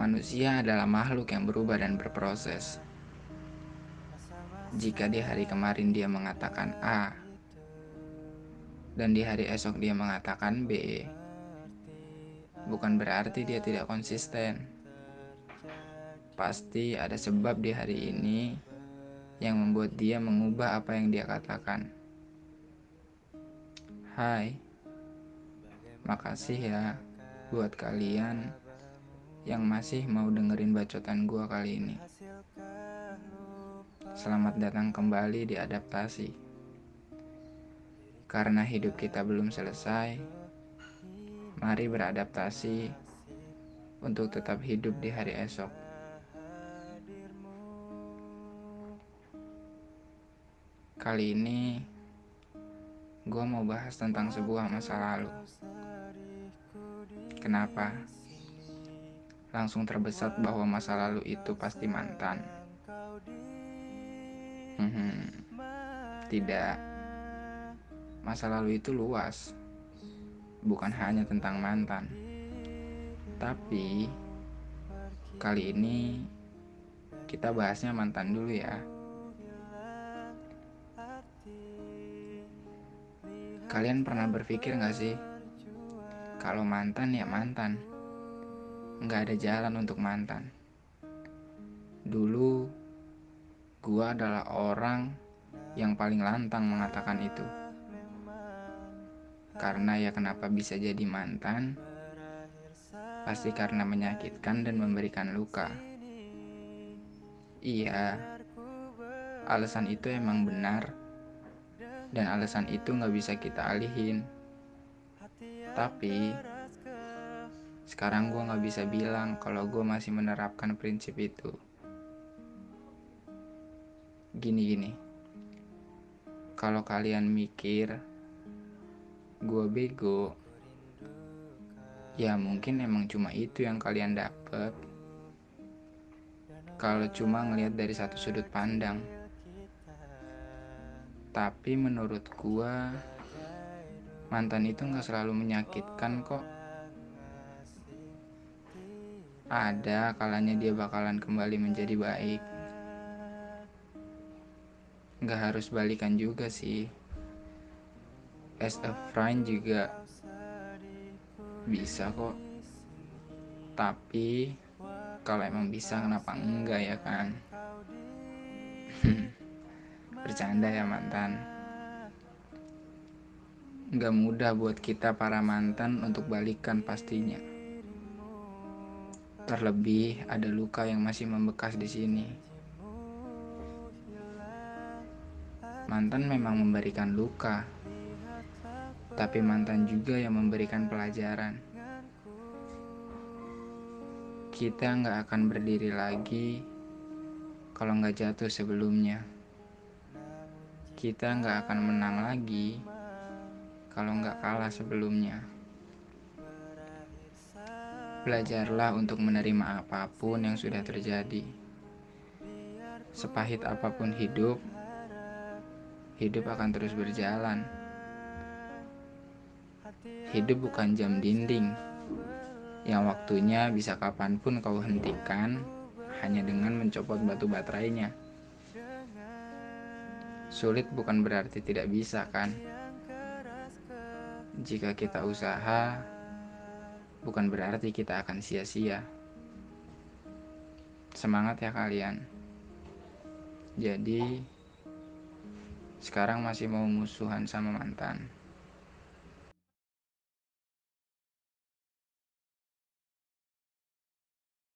Manusia adalah makhluk yang berubah dan berproses. Jika di hari kemarin dia mengatakan A, dan di hari esok dia mengatakan B, bukan berarti dia tidak konsisten. Pasti ada sebab di hari ini yang membuat dia mengubah apa yang dia katakan. Hai, makasih ya buat kalian yang masih mau dengerin bacotan gua kali ini. Selamat datang kembali di Adaptasi. Karena hidup kita belum selesai, mari beradaptasi untuk tetap hidup di hari esok. Kali ini gue mau bahas tentang sebuah masa lalu. Kenapa? Langsung terbesit bahwa masa lalu itu pasti mantan. Tidak. Masa lalu itu luas. Bukan hanya tentang mantan. Tapi kali ini kita bahasnya mantan dulu ya. Kalian pernah berpikir gak sih, kalau mantan ya mantan, gak ada jalan untuk mantan. Dulu, gua adalah orang yang paling lantang mengatakan itu. Karena ya kenapa bisa jadi mantan, pasti karena menyakitkan dan memberikan luka. Iya, alasan itu emang benar, dan alasan itu gak bisa kita alihin. Tapi sekarang gue gak bisa bilang kalau gue masih menerapkan prinsip itu. Gini, kalau kalian mikir gue bego, ya mungkin emang cuma itu yang kalian dapet. Kalau cuma ngelihat dari satu sudut pandang. Tapi menurut gue, mantan itu gak selalu menyakitkan kok. Ada kalanya dia bakalan kembali menjadi baik. Gak harus balikan juga sih. As a friend juga bisa kok. Tapi kalau emang bisa kenapa enggak ya kan? Bercanda ya mantan. Gak mudah buat kita para mantan untuk balikan pastinya. Terlebih ada luka yang masih membekas di sini. Mantan memang memberikan luka, tapi mantan juga yang memberikan pelajaran. Kita gak akan berdiri lagi kalau gak jatuh sebelumnya. Kita gak akan menang lagi kalau gak kalah sebelumnya. Belajarlah untuk menerima apapun yang sudah terjadi. Sepahit apapun hidup akan terus berjalan. Hidup bukan jam dinding yang waktunya bisa kapanpun kau hentikan hanya dengan mencopot batu baterainya. Sulit bukan berarti tidak bisa kan? Jika kita usaha, bukan berarti kita akan sia-sia. Semangat ya kalian. Jadi, sekarang masih mau musuhan sama mantan?